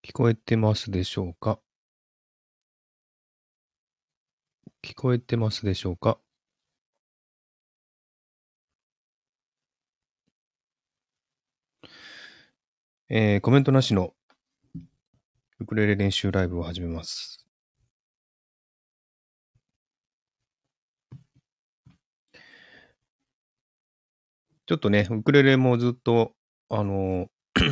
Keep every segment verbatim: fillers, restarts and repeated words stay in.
聞こえてますでしょうか？聞こえてますでしょうか？えー、コメントなしのウクレレ練習ライブを始めます。ちょっとね、ウクレレもずっと、あの、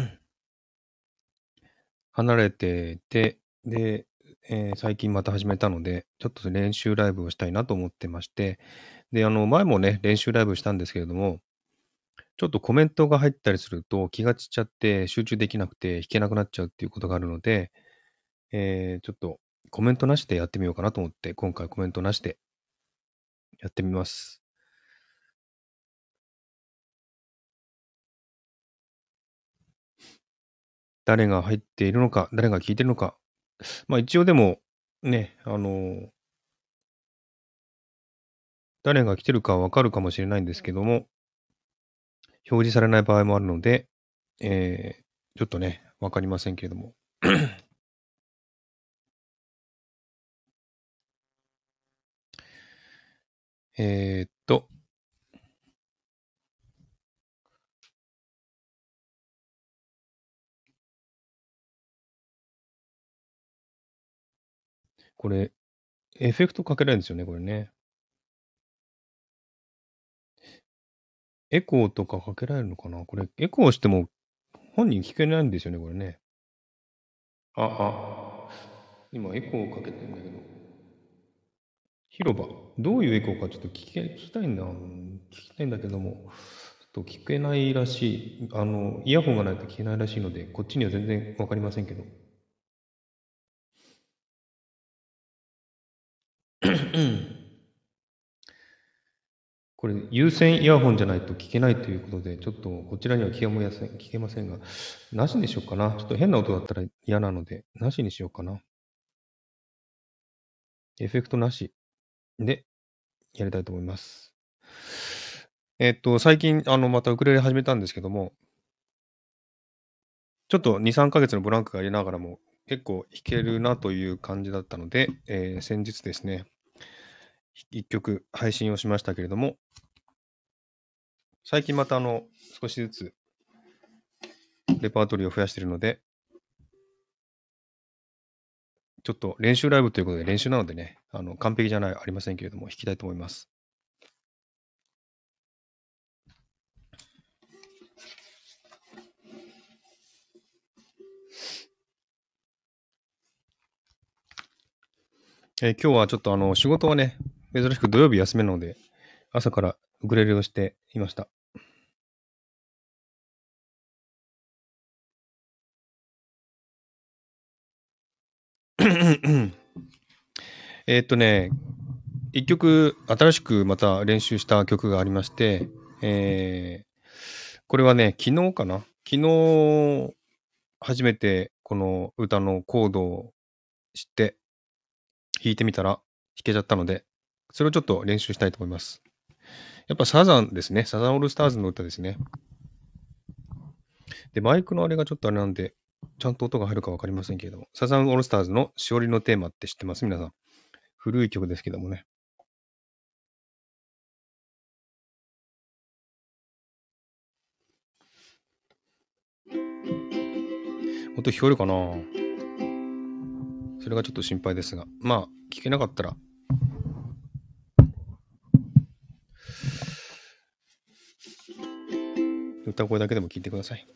離れてて、で、えー最近また始めたので、ちょっと練習ライブをしたいなと思ってまして、で、あの、前もね、練習ライブしたんですけれども、ちょっとコメントが入ったりすると気が散っちゃって集中できなくて弾けなくなっちゃうっていうことがあるので、えーちょっとコメントなしでやってみようかなと思って、今回コメントなしでやってみます。誰が入っているのか、誰が聞いてるのか。まあ一応でも、ね、あの、誰が来てるかわかるかもしれないんですけども、表示されない場合もあるので、えーちょっとね、わかりませんけれども。えーっと、これ、エフェクトかけられるんですよね、これね。エコーとかかけられるのかなこれ、エコーしても本人聞けないんですよね、これね。あ、あ、今エコーかけてんだけど。広場。どういうエコーかちょっと聞け、聞きたいんだ。聞きたいんだけども、ちょっと聞けないらしい。あの、イヤホンがないと聞けないらしいので、こっちには全然わかりませんけど。これ、有線イヤホンじゃないと聞けないということで、ちょっとこちらには聞けません、聞けませんが、なしにしようかな。ちょっと変な音だったら嫌なので、なしにしようかな。エフェクトなしでやりたいと思います。えっと、最近、あの、またウクレレ始めたんですけども、ちょっとに、さんかげつのブランクがありながらも、結構弾けるなという感じだったので、えー先日ですね、一曲配信をしましたけれども、最近またあの、少しずつレパートリーを増やしているので、ちょっと練習ライブということで練習なのでね、あの、完璧じゃない、ありませんけれども、弾きたいと思います。えー今日はちょっとあの、仕事はね、珍しく土曜日休めなので、朝からウクレレをしていました。えーっとね、一曲新しくまた練習した曲がありまして、えーこれはね、昨日かな昨日初めてこの歌のコードを知って弾いてみたら弾けちゃったので、それをちょっと練習したいと思います。やっぱサザンですね。サザンオールスターズの歌ですね。で、マイクのあれがちょっとあれなんで、ちゃんと音が入るかわかりませんけれども、サザンオールスターズのしおりのテーマって知ってます皆さん。古い曲ですけどもね。音聞こえるかなそれがちょっと心配ですが。まあ、聞けなかったら、歌声だけでも聞いてください。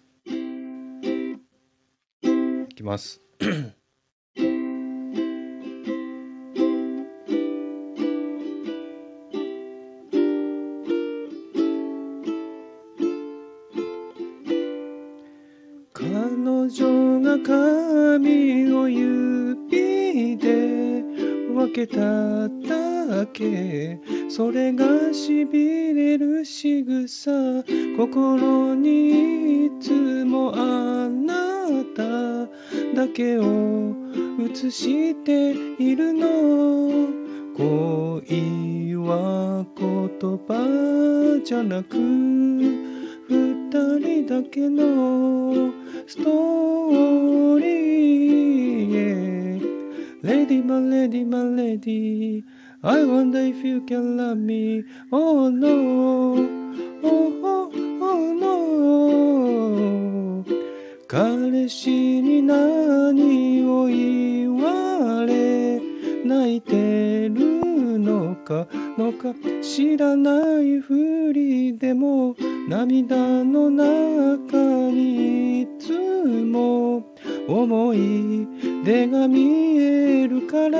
いきます。彼女が髪を指で分けただけ、それが痺れる仕草、心にいつもあなただけを映しているの。恋は言葉じゃなく二二人だけのストーリー、Lady my lady my lady I wonder if you can love me Oh no Oh oh oh no 彼氏に何を言われ泣いてるのかのか知らないふりでも涙の中にいつも思い出が見えるから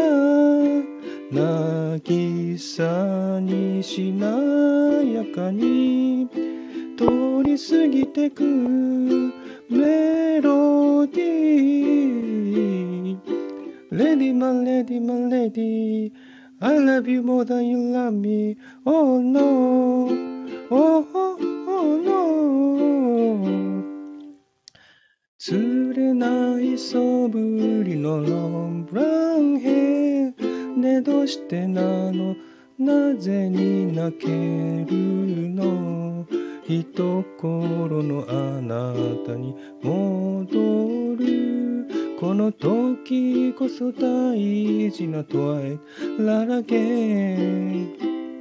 渚にしなやかに通り過ぎてくメロディー Lady my lady my lady I love you more than you love me Oh no Oh oh oh no 釣れないそぶりのロンブランヘアねどうしてなのなぜに泣けるの一頃のあなたに戻るこの時こそ大事なトワイララゲン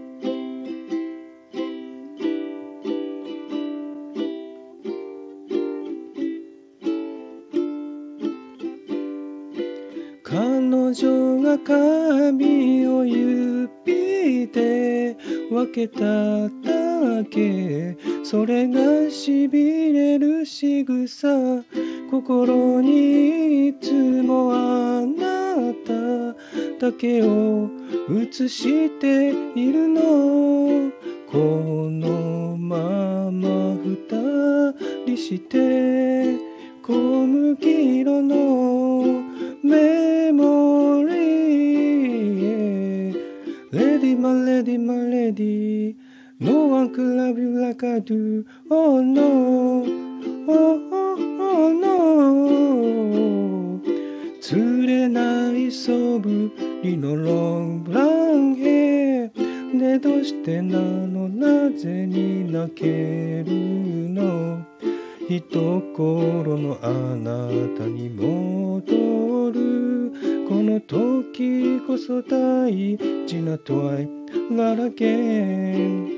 彼女が髪を指で分けただけそれがしびれる仕草心にいつもあなただけを映しているのこのまま二人して小麦色のメモリー Lady my lady my lady No one could love you like I do Oh no Oh oh oh no 釣れないそぶりのロングブランヘアねどうしてなのなぜに泣けるの一頃のあなたに戻るこの時こそ大事なトワイララゲン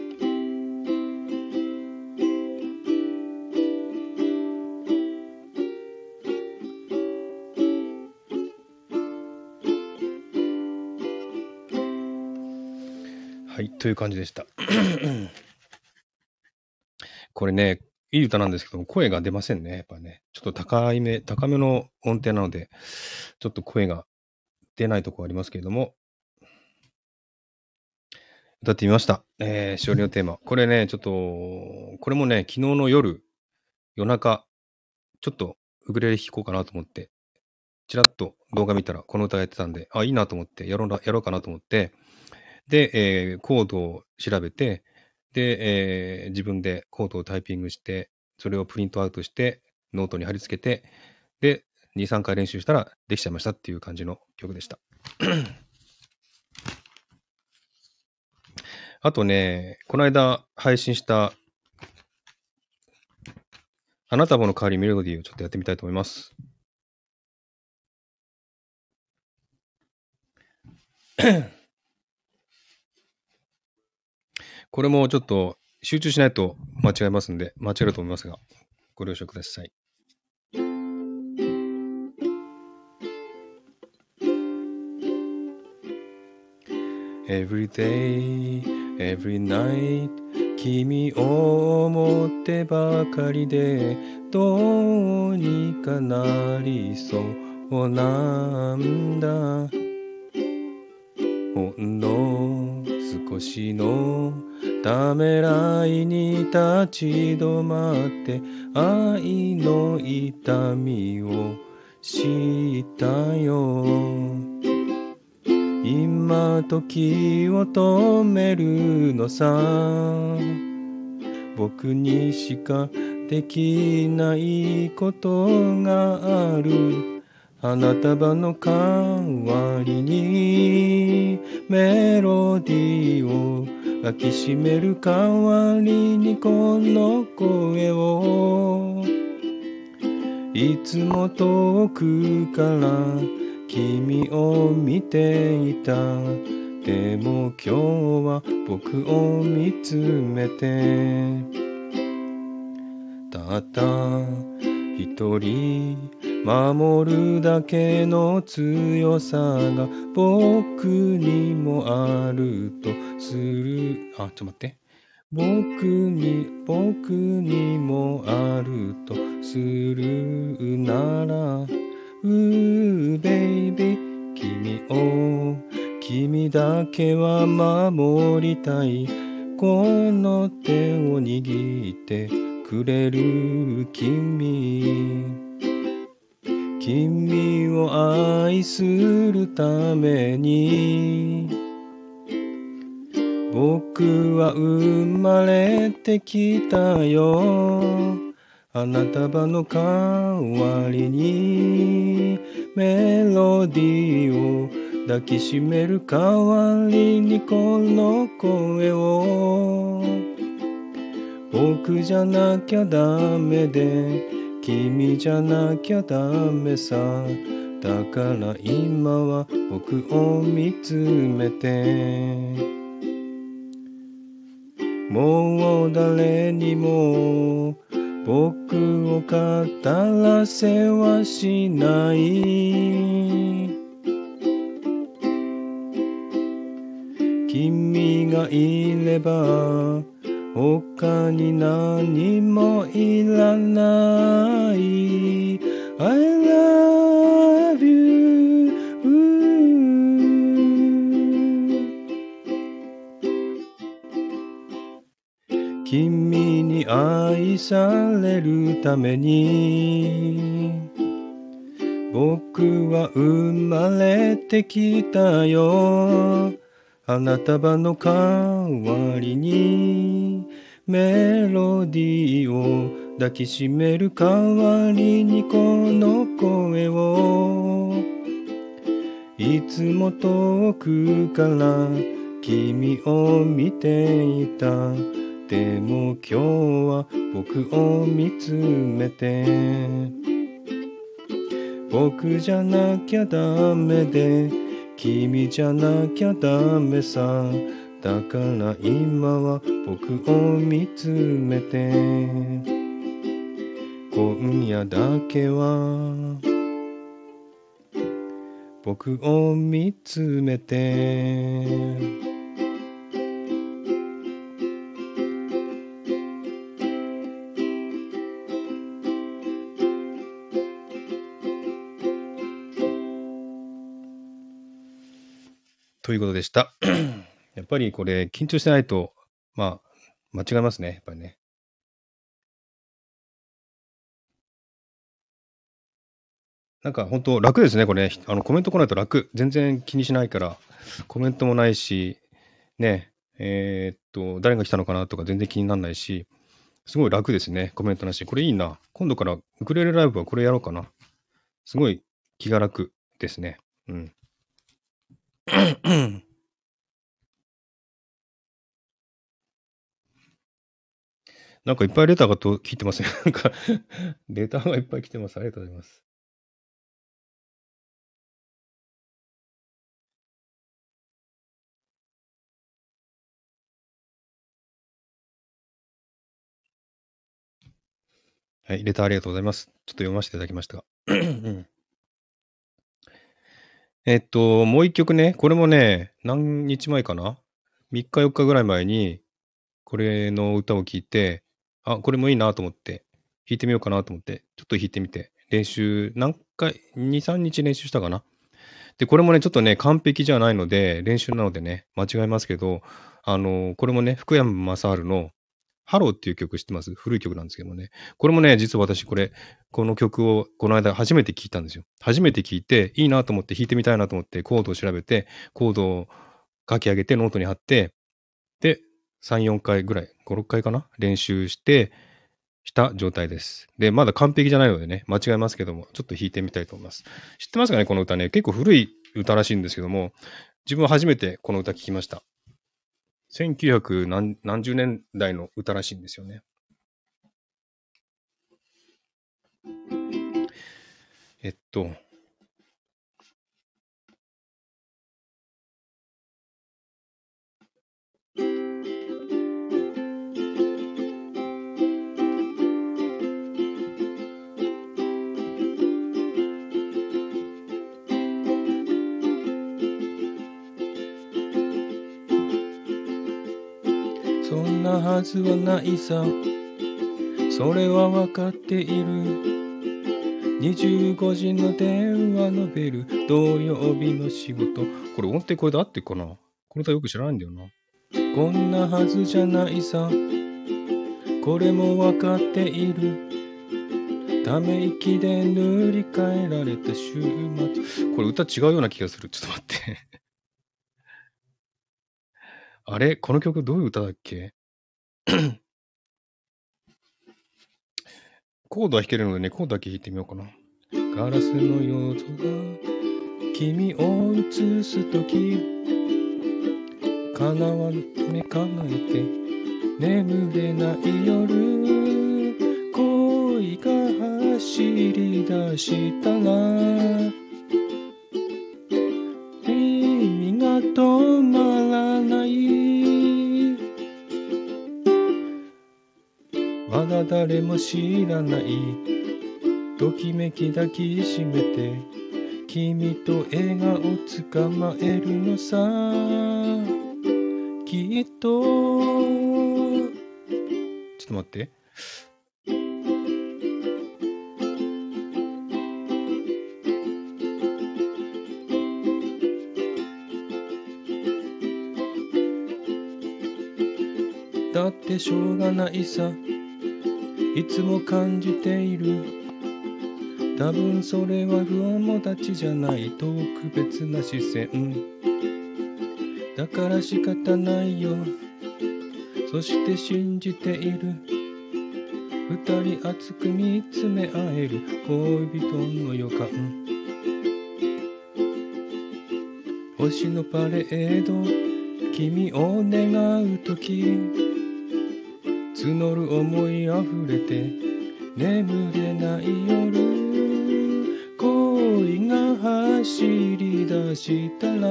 はいという感じでしたこれねいい歌なんですけど声が出ませんねやっぱねちょっと高いめ高めの音程なのでちょっと声が出ないところありますけれども歌ってみました。えー、しおりのテーマ。これね、ちょっと、これもね、昨日の夜、夜中、ちょっとウクレレ弾こうかなと思って、ちらっと動画見たらこの歌やってたんで、あ、いいなと思って、やろうなやろうかなと思って、で、えーコードを調べて、で、えー自分でコードをタイピングして、それをプリントアウトして、ノートに貼り付けて、で、に、さんかい練習したらできちゃいましたっていう感じの曲でした。あとね、この間配信した花束の代わりメロディーをちょっとやってみたいと思います。これもちょっと集中しないと間違えますんで、間違えると思いますが、ご了承ください。Every day, every night 君を思ってばかりでどうにかなりそうなんだほんの少しのためらいに立ち止まって愛の痛みを知ったよ今時を止めるのさ僕にしかできないことがある花束の代わりにメロディーを抱きしめる代わりにこの声をいつも遠くから君を見ていた。でも今日は僕を見つめて、たった一人守るだけの強さが僕にもあるとする。あ、ちょっと待って。僕に、僕にもあるとするなら、うーベイビー、君を、君だけは守りたい。この手を握ってくれる君。君を愛するために僕は生まれてきたよ。花束の代わりにメロディーを抱きしめる代わりにこの声を僕じゃなきゃダメで君じゃなきゃダメさ。だから今は僕を見つめて、もう誰にも僕を語らせはしない。君がいれば他に何もいらない。I love you、君に愛されるために僕は生まれてきたよ。花束の代わりにメロディーを抱きしめる代わりにこの声をいつも遠くから君を見ていた。でも今日は僕を見つめて、僕じゃなきゃダメで君じゃなきゃダメさ。だから今は僕を見つめて、今夜だけは僕を見つめて。ということでした。やっぱりこれ緊張してないと、まあ、間違えますね。やっぱりね。なんか本当楽ですね、これね。あのコメント来ないと楽。全然気にしないから、コメントもないし、ね、えーっと、誰が来たのかなとか全然気にならないし、すごい楽ですね、コメントなし。これいいな。今度からウクレレライブはこれやろうかな。すごい気が楽ですね。うん。なんかいっぱいレターがと来てますね。なんかレターがいっぱい来てます。ありがとうございます。はい、レターありがとうございます。ちょっと読ませていただきましたが。うんえっと、もう一曲ね、これもね、何日前かな ?みっ 日よっかぐらい前に、これの歌を聴いて、あ、これもいいなと思って、弾いてみようかなと思って、ちょっと弾いてみて、練習、何回、に、さんにち練習したかな。で、これもね、ちょっとね、完璧じゃないので、練習なのでね、間違えますけど、あの、これもね、福山雅治のハローっていう曲知ってます？古い曲なんですけどもね。これもね、実は私これ、この曲をこの間初めて聴いたんですよ。初めて聴いて、いいなと思って弾いてみたいなと思ってコードを調べて、コードを書き上げてノートに貼って、で、さん、よんかいぐらい、ご、ろっかいかな練習して、した状態です。で、まだ完璧じゃないのでね、間違えますけども、ちょっと弾いてみたいと思います。知ってますかね、この歌ね。結構古い歌らしいんですけども、自分は初めてこの歌聴きました。 せんきゅうひゃく何、何十年代の歌らしいんですよね。えっと、そんなはずはないさ、それはわかっている。にじゅうごじの電話のベル、土曜日の仕事。これ音程これで合ってるかな？この歌よく知らないんだよな。こんなはずじゃないさ、これもわかっている。ため息で塗り替えられた週末。これ歌違うような気がする。ちょっと待って。あれこの曲どういう歌だっけ？コードは弾けるのでね、コードだけ弾いてみようかな。ガラスの夜空、君を映すとき、叶わ目叶えて、眠れない夜、恋が走り出したら、君が止まらない。まだ誰も知らないときめき抱きしめて、君と笑顔捕まえるのさ、きっと。ちょっと待って。だってしょうがないさ、いつも感じている。多分それは友達じゃない特別な視線だから仕方ないよ。そして信じている。二人熱く見つめ合える恋人の予感。星のパレード、君を願うとき、募る思いあふれて眠れない夜、恋が走り出したら、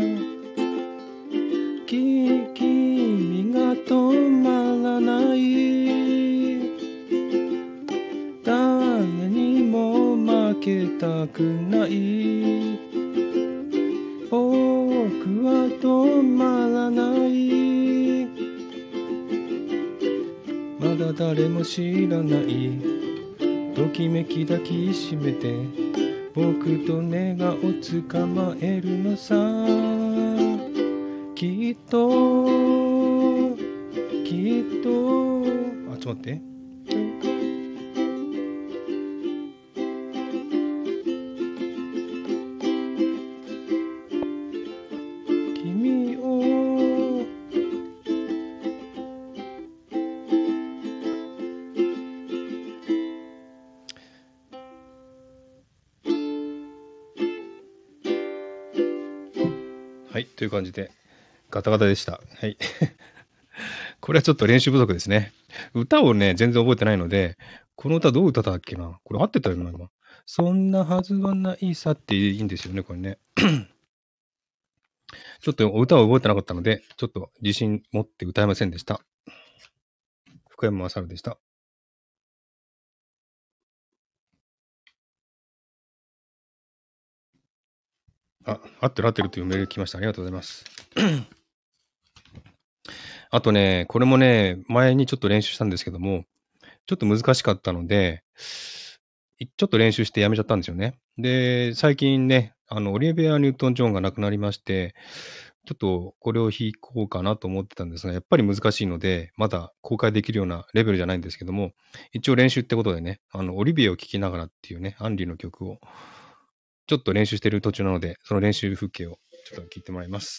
き君が止まらない。誰にも負けたくない。僕は止まらない。まだ誰も知らないときめき抱きしめて、僕と寝顔捕まえるのさ、きっときっと。あ、ちょっと待って。君をはい、という感じでガタガタでした。はい。これはちょっと練習不足ですね。歌をね、全然覚えてないので、この歌どう歌ったっけな？これ合ってたよな、今。そんなはずはないさっていいんですよね、これね。ちょっと歌を覚えてなかったので、ちょっと自信持って歌えませんでした。福山雅治でした。あ、合ってる合ってるというメール来ました。ありがとうございます。あとね、これもね、前にちょっと練習したんですけども、ちょっと難しかったので、いちょっと練習してやめちゃったんですよね。で、最近ね、あの、オリビア・ニュートン・ジョンが亡くなりまして、ちょっとこれを弾こうかなと思ってたんですが、やっぱり難しいので、まだ公開できるようなレベルじゃないんですけども、一応練習ってことでね、あの、オリビアを聴きながらっていうね、アンリの曲をちょっと練習してる途中なので、その練習風景をちょっと聞いてもらいます。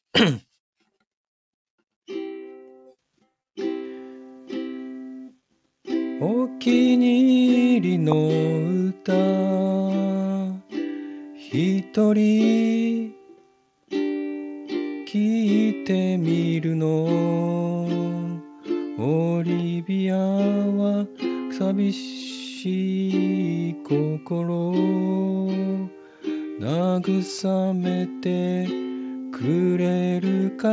お気に入りの歌、一人聞いてみみるの。オリビアは寂しい心慰めてくれるから。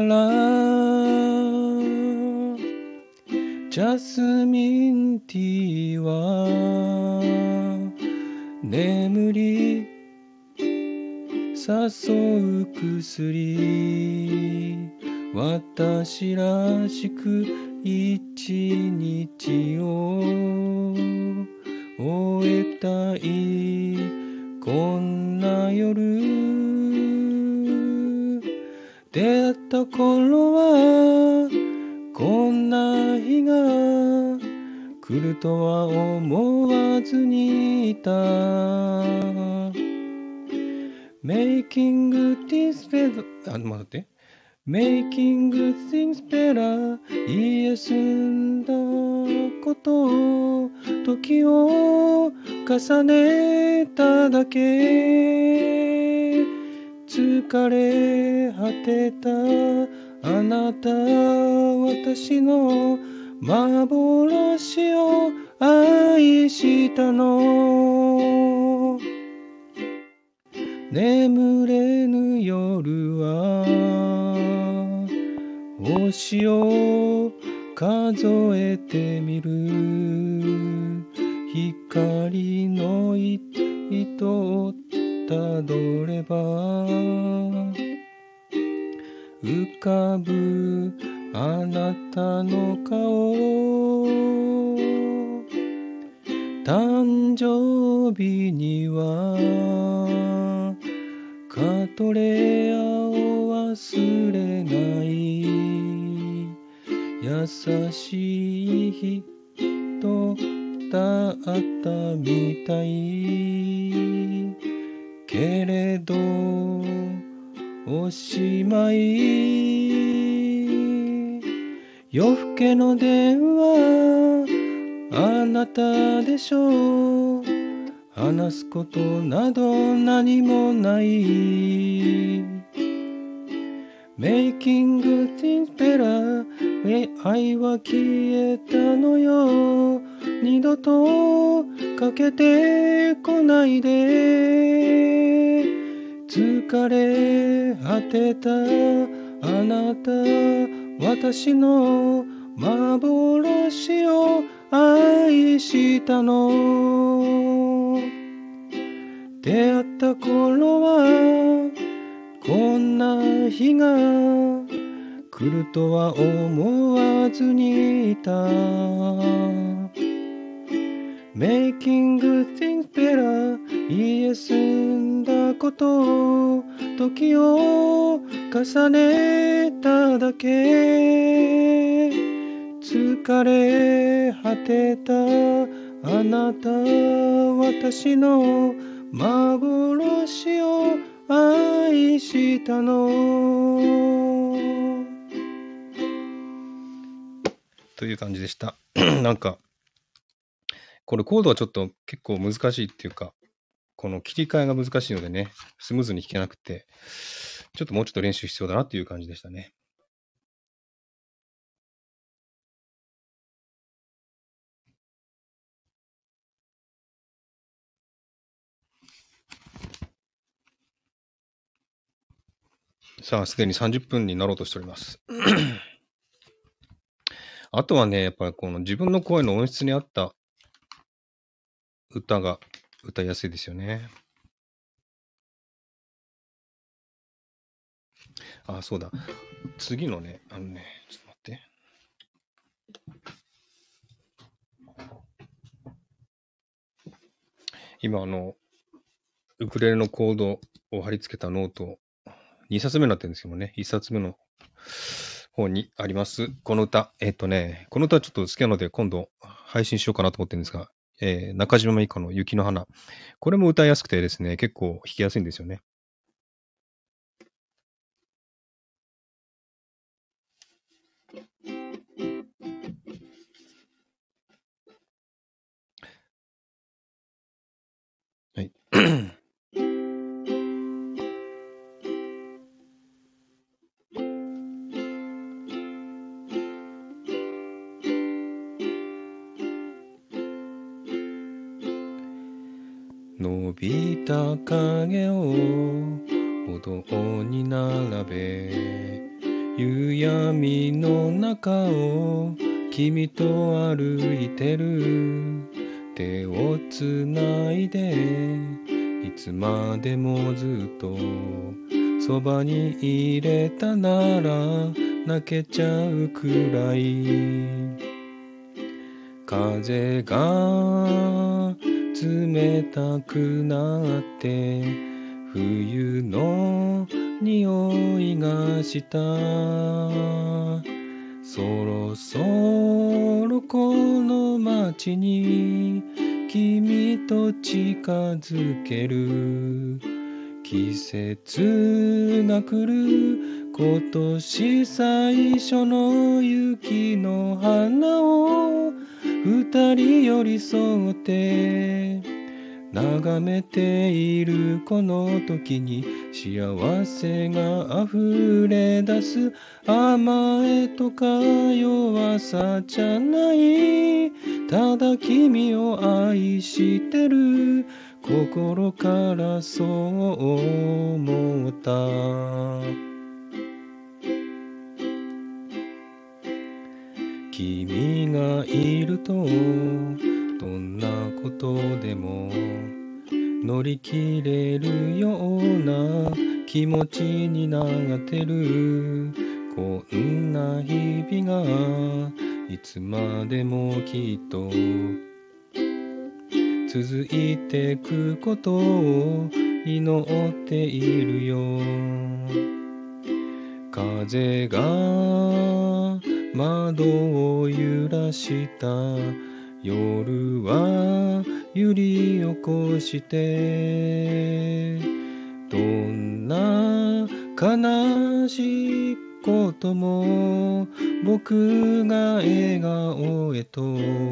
ジャスミンティーは眠り誘う薬。私らしく一日を終えたいこんな夜。出会った頃はこんな日が来るとは思わずにいた。Making things better あ、待って。Making things better 休んだことを時を重ねただけ。疲れ果てたあなた私の幻を愛したの。眠れぬ夜は星を数えてみる。光の糸をたどれば浮かぶあなたの顔。誕生日にはカトレアを忘れない。優しい人だったみたいけれどおしまい。夜更けの電話あなたでしょう。話すことなど何もない。Making things better 愛は消えたのよ。二度とかけてこないで。疲れ果てたあなた私の幻を愛したの。出会った頃はこんな日が来るとは思わずにいた。Making things better 休んだことを時を重ねただけ。疲れ果てたあなた私の幻を愛したの。という感じでした。なんかこれコードはちょっと結構難しいっていうか、この切り替えが難しいのでね、スムーズに弾けなくて、ちょっともうちょっと練習必要だなっていう感じでしたね。さあ、すでにさんじゅっぷんになろうとしております。あとはね、やっぱりこの自分の声の音質に合った歌が歌いやすいですよね。あ、そうだ。次のね、あのね、ちょっと待って。今、あの、ウクレレのコードを貼り付けたノート、にさつめになってるんですけどもね、いっさつめの方にあります。この歌。えっとね、この歌ちょっと好きなので今度配信しようかなと思ってるんですが、えー、中島美嘉の雪の花。これも歌いやすくてですね、結構弾きやすいんですよね。はい。 伸びた影を歩道に並べ、夕闇の中を君と歩いてる。手をつないでいつまでもずっとそばにいれたなら泣けちゃうくらい。風が冷たくなって冬の匂いがした。そろそろこの街に君と近づける。季節が来る今年最初の雪の花を二人寄り添って眺めているこの時に幸せがあふれ出す。甘えとか弱さじゃない、ただ君を愛してる。心からそう思った。君がいるとどんなことでも乗り切れるような気持ちになってる。こんな日々がいつまでもきっと続いてくことを祈っているよ。風が窓を揺らした夜は揺り起こして、どんな悲しいことも僕が笑顔へと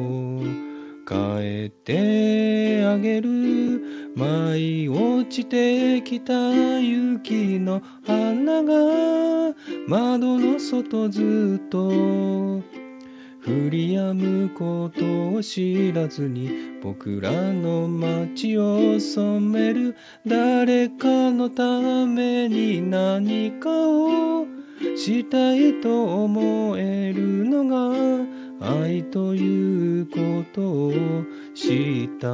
変えてあげる。舞い落ちてきた雪の花が窓の外ずっと降り止むことを知らずに僕らの街を染める。誰かのために何かをしたいと思えるのが愛ということを知った。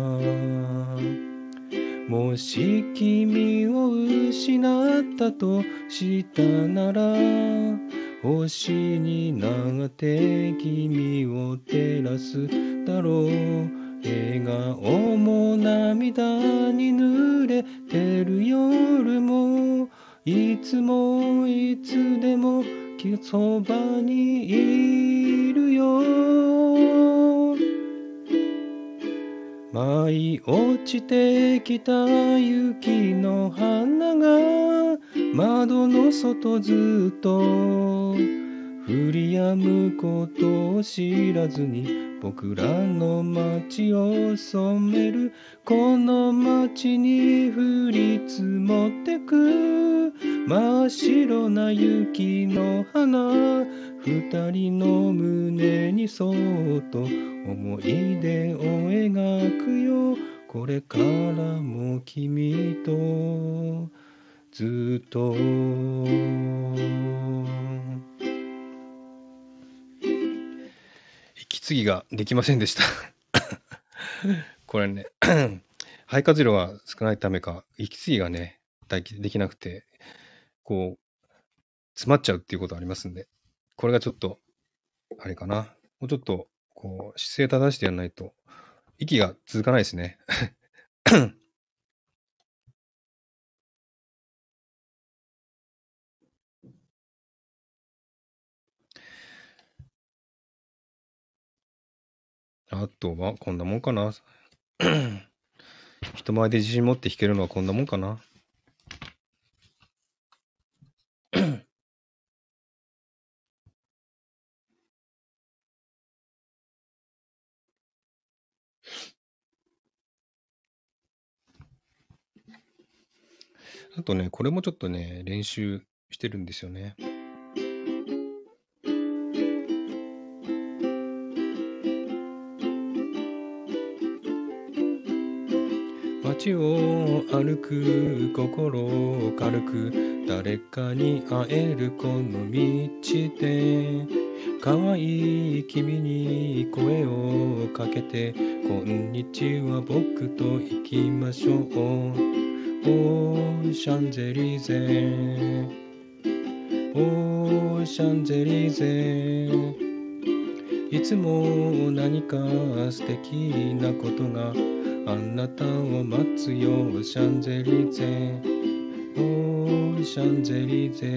もし君を失ったとしたなら星になって君を照らすだろう。笑顔も涙に濡れてる夜もいつもいつでもそばにいるよ。舞い落ちてきた雪の花が窓の外ずっと降り止むことを知らずに僕らの街を染める。この街に降り積もってく真っ白な雪の花、二人の胸にそっと思い出を描くよ。これからも君とずっと。息継ぎができませんでしたこれね肺活量が少ないためか息継ぎがねできなくてこう詰まっちゃうっていうことありますんで、これがちょっとあれかな、もうちょっとこう姿勢正してやらないと息が続かないですねあとはこんなもんかな人前で自信持って弾けるのはこんなもんかなあとね、これもちょっとね、練習してるんですよね。 街を歩く心軽く誰かに会えるこの道で可愛い君に声をかけてこんにちは僕と行きましょうオーシャンゼリゼオーシャンゼリゼいつも何か素敵なことがあなたを待つよシャンゼリゼオーシャンゼリゼ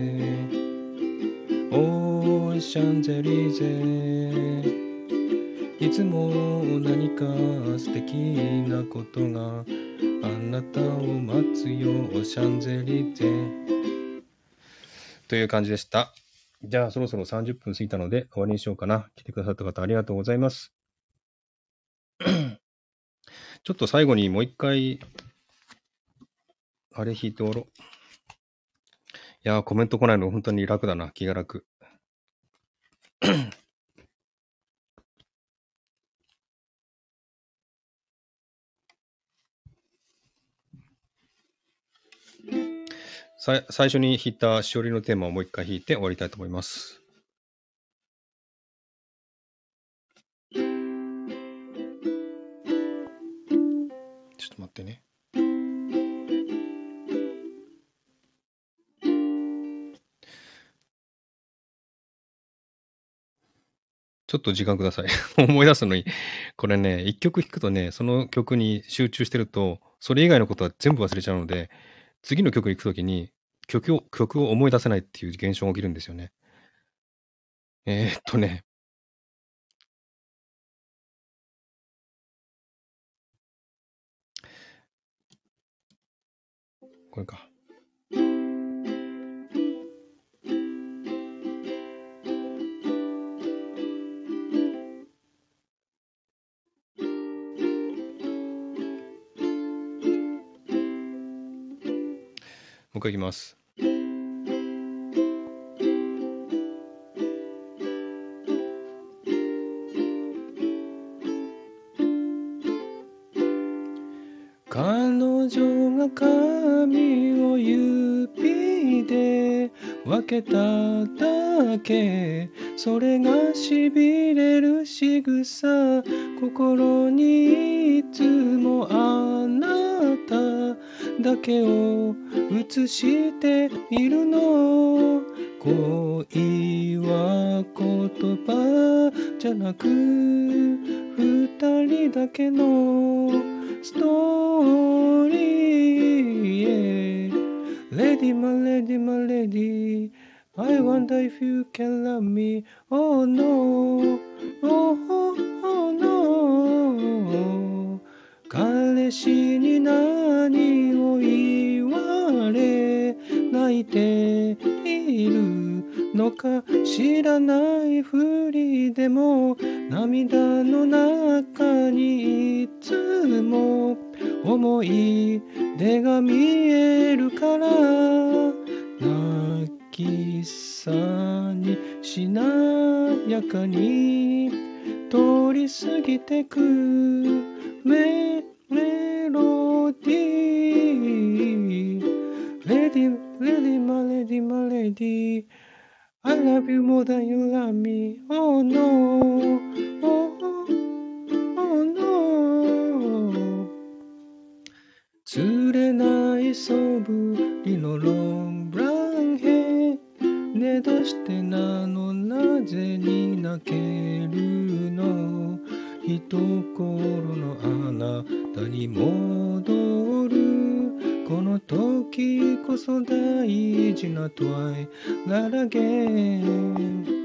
オーシャンゼリゼいつも何か素敵なことがあなたを待つよシャンゼリゼという感じでした。じゃあそろそろさんじゅっぷん過ぎたので終わりにしようかな。来てくださった方ありがとうございます。ちょっと最後にもう一回あれ弾いておろう。いやーコメント来ないの本当に楽だな。気が楽。さ最初に弾いたしおりのテーマをもう一回弾いて終わりたいと思います。ちょっと待ってね。ちょっと時間ください。思い出すのに、これね、一曲弾くとね、その曲に集中してると、それ以外のことは全部忘れちゃうので、次の曲に行くときに曲を、曲を思い出せないっていう現象が起きるんですよね。えー、っとね、これか。もう一回いきます。彼女が髪を指で分けただけそれがしびれる仕草心にいつもあなただけを映しているの恋は言葉じゃなく二人だけのストーリー、yeah. Lady, my lady, my lady I wonder if you can love me Oh no, oh, oh, oh no 彼氏に何を言われ泣いているのか知らないふりでも涙の中にいつも思い出が見えるから泣きさにしなやかに通り過ぎてくメメロディー Lady, lady, my lady, my lady I love you more than you love me Oh no Oh, oh no 釣れないそぶりのロングブラウンヘねどしてなのなぜに泣けるの一頃のあなたに戻るこの時こそ大事なトワイララゲン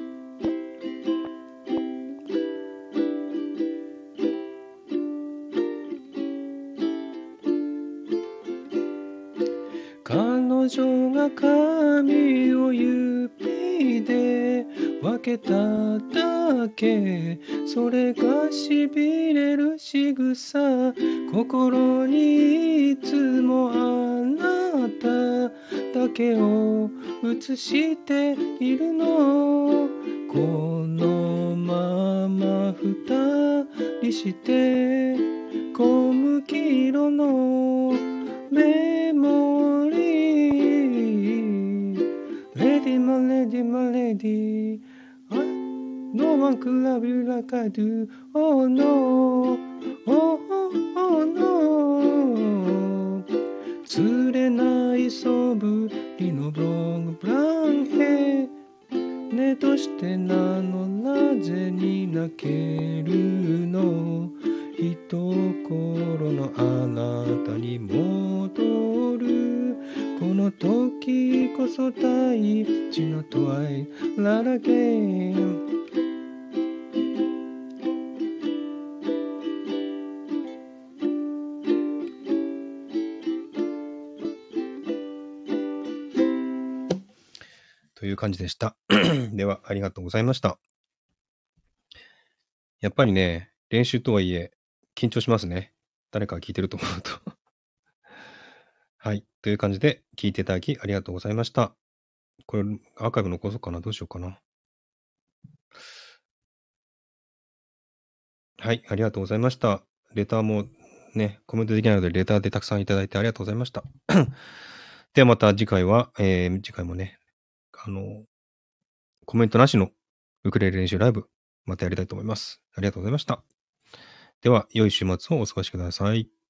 彼女が髪を指で分けただけそれがしびれる仕草心にいつもあなただけを映しているのこのまま二人して小麦色のメモリー。レディマレディマレディ。No one could love you like I do. Oh no, oh, oh no. 釣れないそぶりのブロングブランヘ。ねとしてなのなぜに泣けるの。人心のあなたに戻る。この時こそ大事なトワイララゲン。という感じでした。では、ありがとうございました。やっぱりね、練習とはいえ、緊張しますね。誰かが聞いてると思うと。はい。という感じで、聞いていただきありがとうございました。これ、アーカイブ残そうかな。どうしようかな。はい。ありがとうございました。レターもね、コメントできないので、レターでたくさんいただいてありがとうございました。ではまた次回は、えー、次回もね、あの、コメントなしのウクレレ練習ライブ、またやりたいと思います。ありがとうございました。では、良い週末をお過ごしください。